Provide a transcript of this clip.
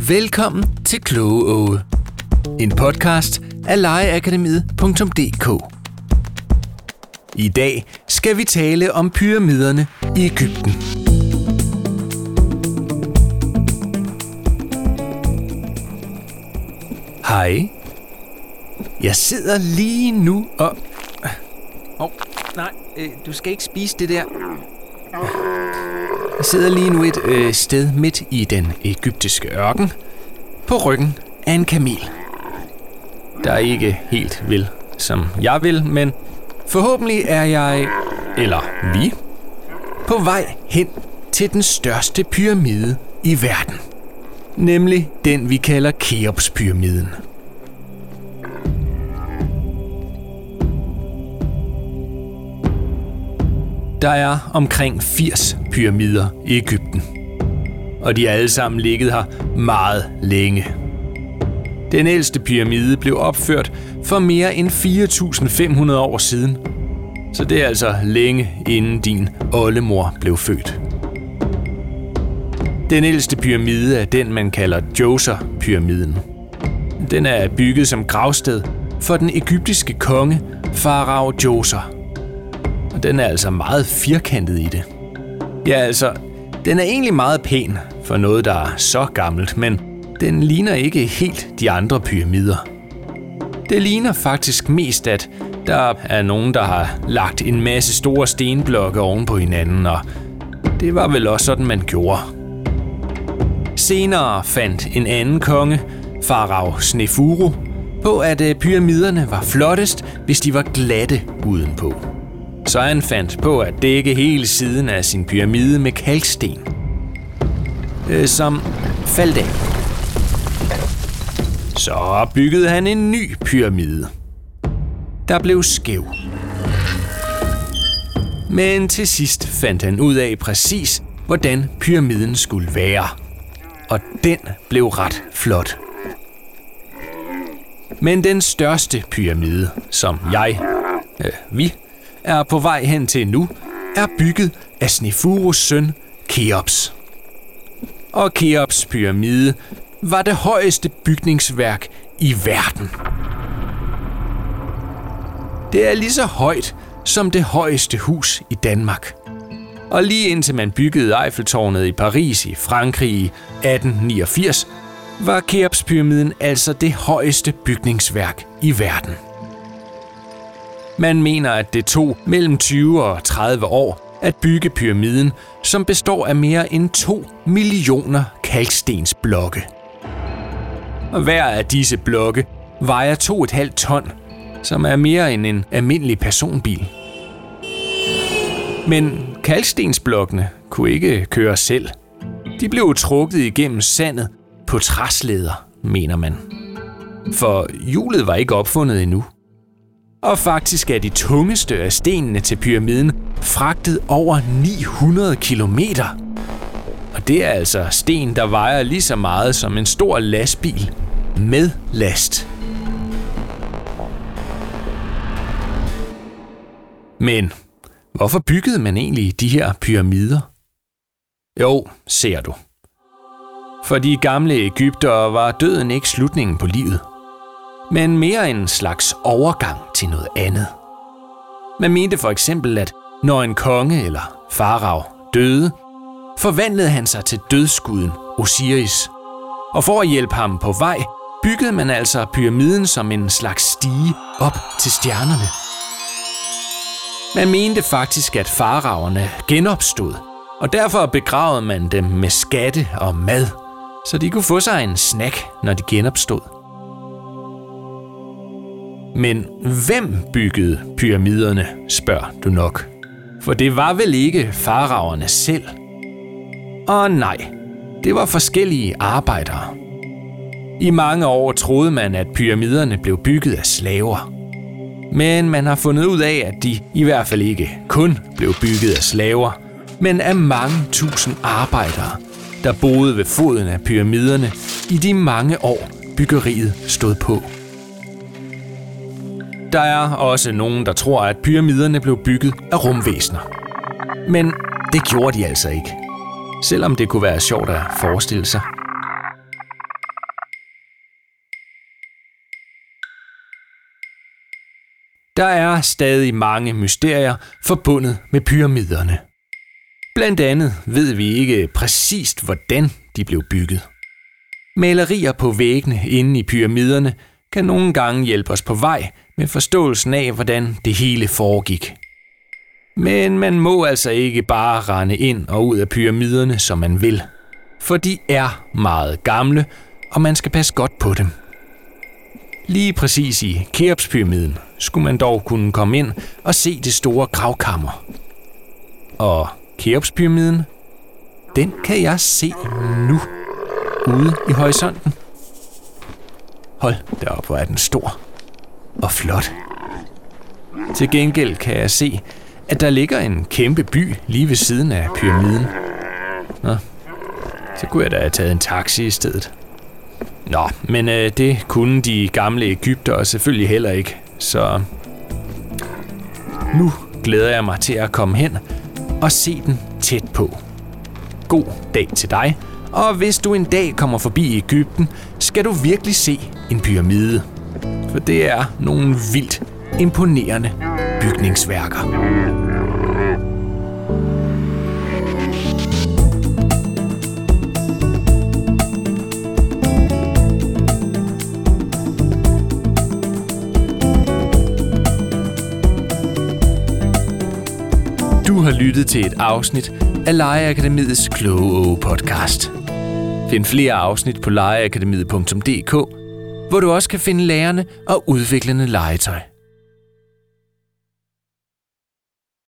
Velkommen til Kloge Åge. En podcast af legeakademiet.dk. I dag skal vi tale om pyramiderne i Egypten. Hej. Jeg sidder lige nu og... du skal ikke spise det der. Jeg sidder lige nu et sted midt i den egyptiske ørken, på ryggen af en kamel. Der er ikke helt vil, som jeg vil, men forhåbentlig er jeg, eller vi, på vej hen til den største pyramide i verden. Nemlig den, vi kalder Keopspyramiden. Der er omkring 80 pyramider i Egypten, og de har alle sammen ligget her meget længe. Den ældste pyramide blev opført for mere end 4.500 år siden, så det er altså længe inden din oldemor blev født. Den ældste pyramide er den, man kalder Djoser-pyramiden. Den er bygget som gravsted for den egyptiske konge, farao Djoser. Og den er altså meget firkantet i det. Ja, altså, den er egentlig meget pæn for noget, der er så gammelt, men den ligner ikke helt de andre pyramider. Det ligner faktisk mest, at der er nogen, der har lagt en masse store stenblokke oven på hinanden, og det var vel også sådan, man gjorde. Senere fandt en anden konge, farao Snefru, på, at pyramiderne var flottest, hvis de var glatte udenpå. Så han fandt på at dække hele siden af sin pyramide med kalksten, som faldt af. Så byggede han en ny pyramide, der blev skæv. Men til sidst fandt han ud af præcis, hvordan pyramiden skulle være. Og den blev ret flot. Men den største pyramide, som vi er på vej hen til nu, er bygget af Snefrus søn Keops. Og Keops pyramide var det højeste bygningsværk i verden. Det er lige så højt som det højeste hus i Danmark. Og lige indtil man byggede Eiffeltårnet i Paris i Frankrig i 1889, var Keopspyramiden altså det højeste bygningsværk i verden. Man mener, at det tog mellem 20 og 30 år at bygge pyramiden, som består af mere end 2 millioner kalkstensblokke. Og hver af disse blokke vejer 2,5 ton, som er mere end en almindelig personbil. Men kalkstensblokkene kunne ikke køre selv. De blev trukket igennem sandet på træslæder, mener man. For hjulet var ikke opfundet endnu. Og faktisk er de tungeste af stenene til pyramiden fragtet over 900 kilometer. Og det er altså sten, der vejer lige så meget som en stor lastbil med last. Men hvorfor byggede man egentlig de her pyramider? Jo, ser du. For de gamle egyptere var døden ikke slutningen på livet, men mere en slags overgang til noget andet. Man mente for eksempel, at når en konge eller farao døde, forvandlede han sig til dødsguden Osiris. Og for at hjælpe ham på vej, byggede man altså pyramiden som en slags stige op til stjernerne. Man mente faktisk, at faraoerne genopstod, og derfor begravede man dem med skatte og mad, så de kunne få sig en snack, når de genopstod. Men hvem byggede pyramiderne, spørger du nok. For det var vel ikke faraoerne selv? Og nej, det var forskellige arbejdere. I mange år troede man, at pyramiderne blev bygget af slaver. Men man har fundet ud af, at de i hvert fald ikke kun blev bygget af slaver, men af mange tusind arbejdere, der boede ved foden af pyramiderne i de mange år, byggeriet stod på. Der er også nogen, der tror, at pyramiderne blev bygget af rumvæsener. Men det gjorde de altså ikke, selvom det kunne være sjovt at forestille sig. Der er stadig mange mysterier forbundet med pyramiderne. Blandt andet ved vi ikke præcist, hvordan de blev bygget. Malerier på væggene inde i pyramiderne kan nogle gange hjælpe os på vej med forståelsen af, hvordan det hele foregik. Men man må altså ikke bare rende ind og ud af pyramiderne, som man vil. For de er meget gamle, og man skal passe godt på dem. Lige præcis i Keopspyramiden skulle man dog kunne komme ind og se det store gravkammer. Og Keopspyramiden, den kan jeg se nu ude i horisonten. Hold deroppe, hvor er den stor og flot. Til gengæld kan jeg se, at der ligger en kæmpe by lige ved siden af pyramiden. Nå, så kunne jeg da have taget en taxi i stedet. Nå, men det kunne de gamle egyptere selvfølgelig heller ikke, så nu glæder jeg mig til at komme hen og se den tæt på. God dag til dig, og hvis du en dag kommer forbi Egypten, skal du virkelig se en pyramide. For det er nogle vildt imponerende bygningsværker. Du har lyttet til et afsnit af Legeakademiets Kloge podcast. Find flere afsnit på legeakademiet.dk, hvor du også kan finde lærende og udviklende legetøj.